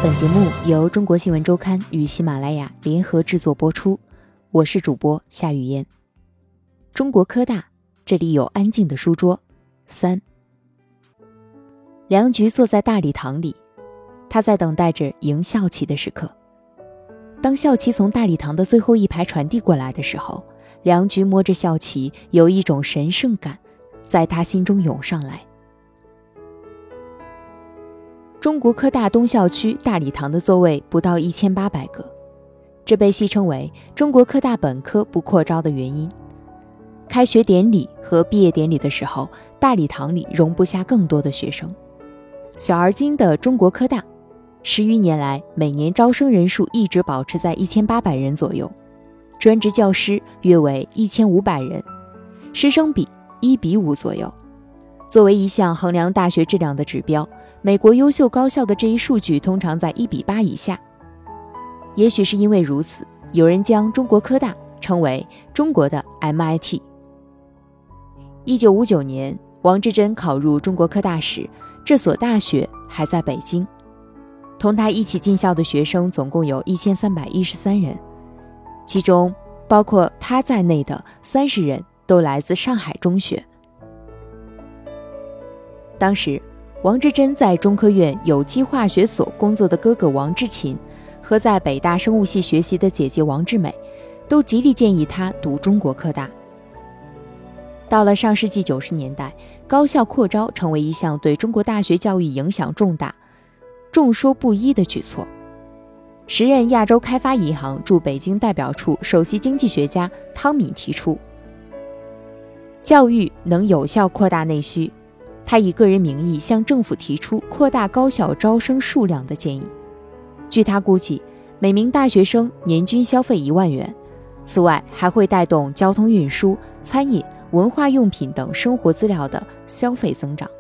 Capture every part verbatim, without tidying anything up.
本节目由中国新闻周刊与喜马拉雅联合制作播出，我是主播夏雨嫣。中国科大，这里有安静的书桌。三，梁菊坐在大礼堂里，他在等待着迎校旗的时刻。当校旗从大礼堂的最后一排传递过来的时候，梁菊摸着校旗，有一种神圣感在他心中涌上来。中国科大东校区大礼堂的座位不到一千八百个，这被戏称为中国科大本科不扩招的原因。开学典礼和毕业典礼的时候，大礼堂里容不下更多的学生。小而精的中国科大，十余年来每年招生人数一直保持在一千八百人左右，专职教师约为一千五百人，师生比一比五左右。作为一项衡量大学质量的指标，美国优秀高校的这一数据通常在一比八以下。也许是因为如此，有人将中国科大称为中国的 M I T。一九五九年，王志珍考入中国科大时，这所大学还在北京。同他一起进校的学生总共有一千三百一十三人，其中包括他在内的三十人都来自上海中学。当时王志珍在中科院有机化学所工作的哥哥王志勤和在北大生物系学习的姐姐王志美都极力建议他读中国科大。到了上世纪九十年代，高校扩招成为一项对中国大学教育影响重大、众说不一的举措。时任亚洲开发银行驻北京代表处首席经济学家汤敏提出，教育能有效扩大内需。他以个人名义向政府提出扩大高校招生数量的建议。据他估计，每名大学生年均消费一万元，此外还会带动交通运输、餐饮、文化用品等生活资料的消费增长。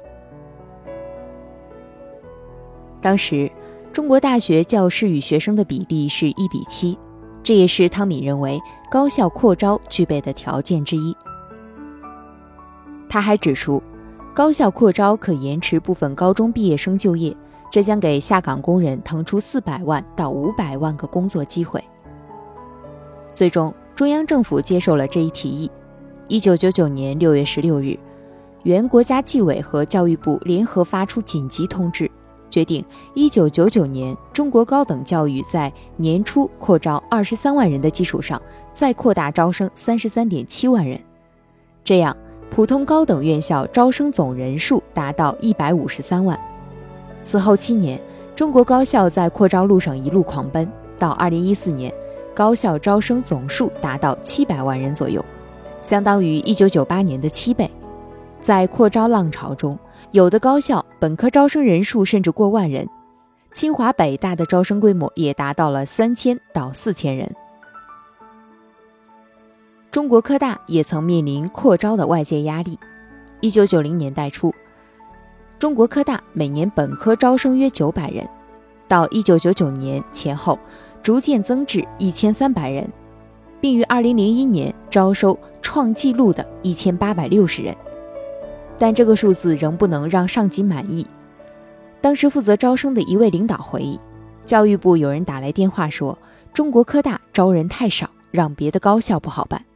当时中国大学教师与学生的比例是一比七，这也是汤敏认为高校扩招具备的条件之一。他还指出，高校扩招可延迟部分高中毕业生就业，这将给下岗工人腾出四百万到五百万个工作机会。最终，中央政府接受了这一提议。一九九九年六月十六日，原国家纪委和教育部联合发出紧急通知，决定一九九九年中国高等教育在年初扩招二十三万人的基础上，再扩大招生三十三点七万人。这样，普通高等院校招生总人数达到一百五十三万。此后七年，中国高校在扩招路上一路狂奔，到二零一四年，高校招生总数达到七百万人左右，相当于一九九八年的七倍。在扩招浪潮中，有的高校本科招生人数甚至过万人，清华北大的招生规模也达到了三千到四千人。中国科大也曾面临扩招的外界压力。一九九零年代初，中国科大每年本科招生约九百人，到一九九九年前后逐渐增至一千三百人，并于二零零一年招收创纪录的一千八百六十人。但这个数字仍不能让上级满意。当时负责招生的一位领导回忆，教育部有人打来电话说，中国科大招人太少，让别的高校不好办。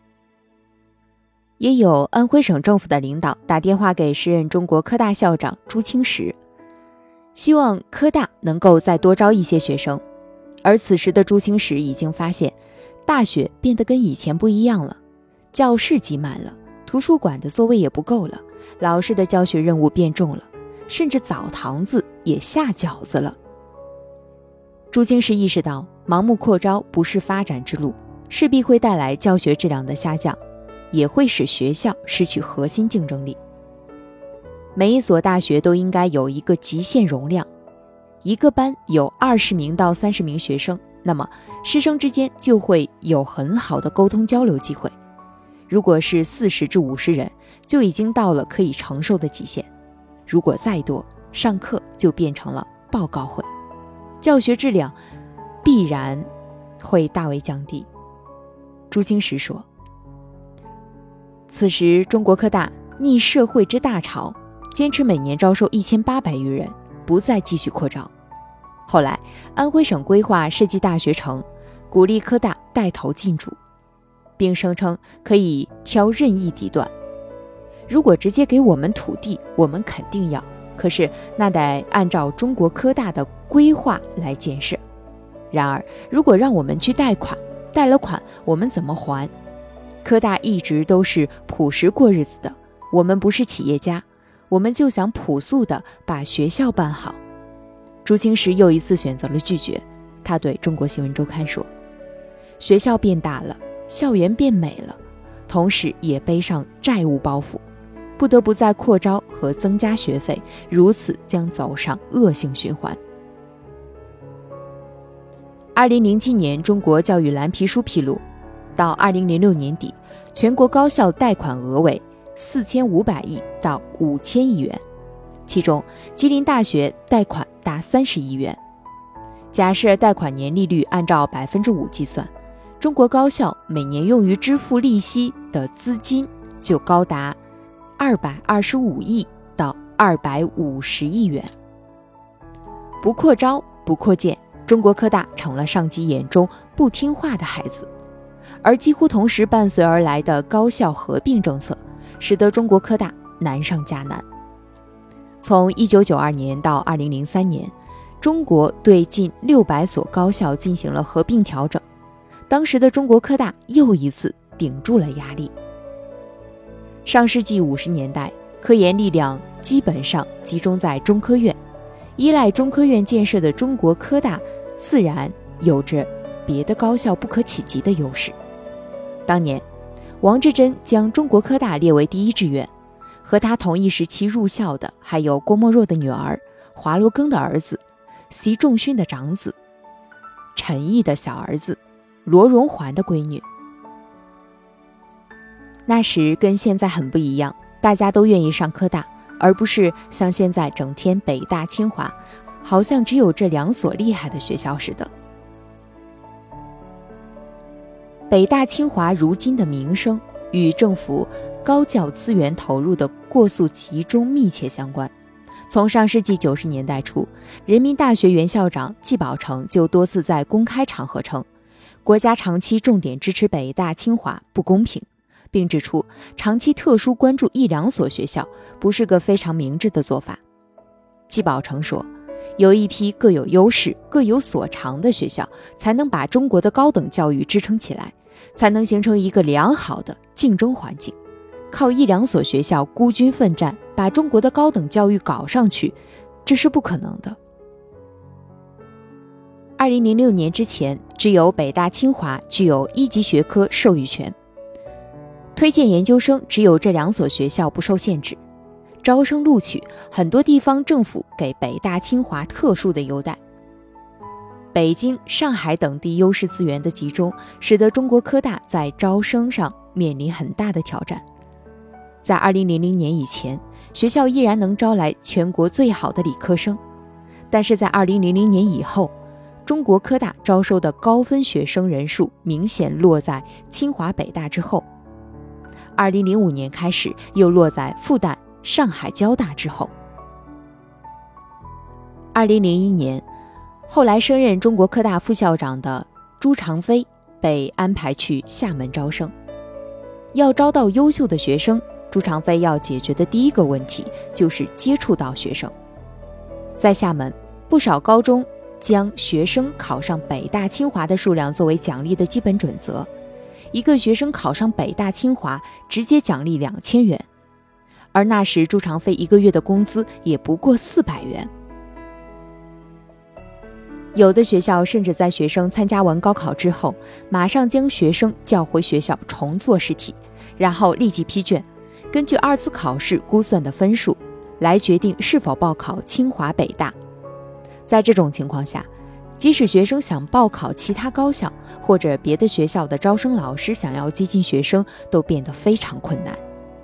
也有安徽省政府的领导打电话给时任中国科大校长朱清时，希望科大能够再多招一些学生。而此时的朱清时已经发现，大学变得跟以前不一样了，教室挤满了，图书馆的座位也不够了，老师的教学任务变重了，甚至澡堂子也下饺子了。朱清时意识到，盲目扩招不是发展之路，势必会带来教学质量的下降，也会使学校失去核心竞争力。每一所大学都应该有一个极限容量，一个班有二十名到三十名学生，那么师生之间就会有很好的沟通交流机会。如果是四十至五十人，就已经到了可以承受的极限。如果再多，上课就变成了报告会，教学质量必然会大为降低。朱清时说，此时中国科大逆社会之大潮，坚持每年招收一千八百余人，不再继续扩招。 后来安徽省规划设计大学城，鼓励科大带头进驻，并声称可以挑任意地段。如果直接给我们土地，我们肯定要，可是那得按照中国科大的规划来建设。然而如果让我们去贷款，贷了款我们怎么还？科大一直都是朴实过日子的，我们不是企业家，我们就想朴素地把学校办好。朱清时又一次选择了拒绝，他对中国新闻周刊说，学校变大了，校园变美了，同时也背上债务包袱，不得不再扩招和增加学费，如此将走上恶性循环。二零零七年中国教育蓝皮书披露，到二零零六年底，全国高校贷款额为四千五百亿到五千亿元，其中吉林大学贷款达三十亿元。假设贷款年利率按照百分之五计算，中国高校每年用于支付利息的资金就高达二百二十五亿到二百五十亿元。不扩招，不扩建，中国科大成了上级眼中不听话的孩子，而几乎同时伴随而来的高校合并政策，使得中国科大难上加难。从一九九二年到二零零三年，中国对近六百所高校进行了合并调整，当时的中国科大又一次顶住了压力。上世纪五十年代，科研力量基本上集中在中科院，依赖中科院建设的中国科大自然有着别的高校不可企及的优势。当年王志珍将中国科大列为第一志愿，和他同一时期入校的还有郭沫若的女儿、华罗庚的儿子、习仲勋的长子、陈毅的小儿子、罗荣桓的闺女。那时跟现在很不一样，大家都愿意上科大，而不是像现在整天北大清华，好像只有这两所厉害的学校似的。北大清华如今的名声与政府高教资源投入的过速集中密切相关。从上世纪九十年代初，人民大学原校长季宝成就多次在公开场合称，国家长期重点支持北大清华不公平，并指出长期特殊关注一两所学校不是个非常明智的做法。季宝成说，有一批各有优势、各有所长的学校，才能把中国的高等教育支撑起来，才能形成一个良好的竞争环境。靠一两所学校孤军奋战，把中国的高等教育搞上去，这是不可能的。二零零六年之前，只有北大清华具有一级学科授予权，推荐研究生只有这两所学校不受限制。招生录取，很多地方政府给北大清华特殊的优待。北京、上海等地优势资源的集中，使得中国科大在招生上面临很大的挑战。在二零零零年以前，学校依然能招来全国最好的理科生，但是在二零零零年以后，中国科大招收的高分学生人数明显落在清华、北大之后。二零零五年开始，又落在复旦、上海交大之后。二零零一年，后来升任中国科大副校长的朱长飞被安排去厦门招生。要招到优秀的学生，朱长飞要解决的第一个问题就是接触到学生。在厦门，不少高中将学生考上北大清华的数量作为奖励的基本准则，一个学生考上北大清华直接奖励两千元，而那时朱长飞一个月的工资也不过四百元。有的学校甚至在学生参加完高考之后，马上将学生叫回学校重做试题，然后立即批卷，根据二次考试估算的分数来决定是否报考清华、北大。在这种情况下，即使学生想报考其他高校，或者别的学校的招生老师想要接近学生，都变得非常困难。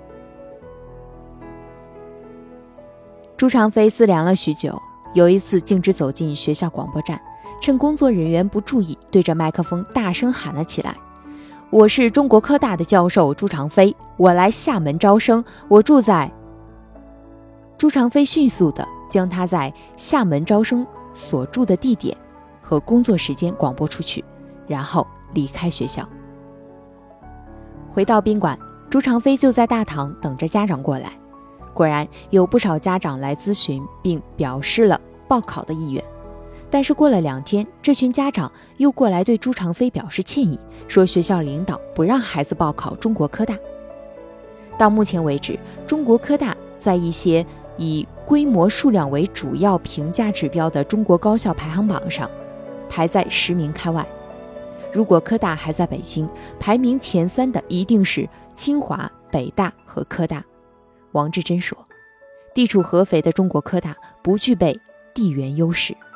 朱长飞思量了许久，有一次径直走进学校广播站，趁工作人员不注意，对着麦克风大声喊了起来：我是中国科大的教授朱长飞，我来厦门招生，我住在……朱长飞迅速地将他在厦门招生所住的地点和工作时间广播出去，然后离开学校。回到宾馆，朱长飞就在大堂等着家长过来。果然有不少家长来咨询，并表示了报考的意愿。但是过了两天，这群家长又过来对朱长飞表示歉意，说学校领导不让孩子报考中国科大。到目前为止，中国科大在一些以规模数量为主要评价指标的中国高校排行榜上，排在十名开外。如果科大还在北京，排名前三的一定是清华、北大和科大。王志珍说，地处合肥的中国科大不具备地缘优势。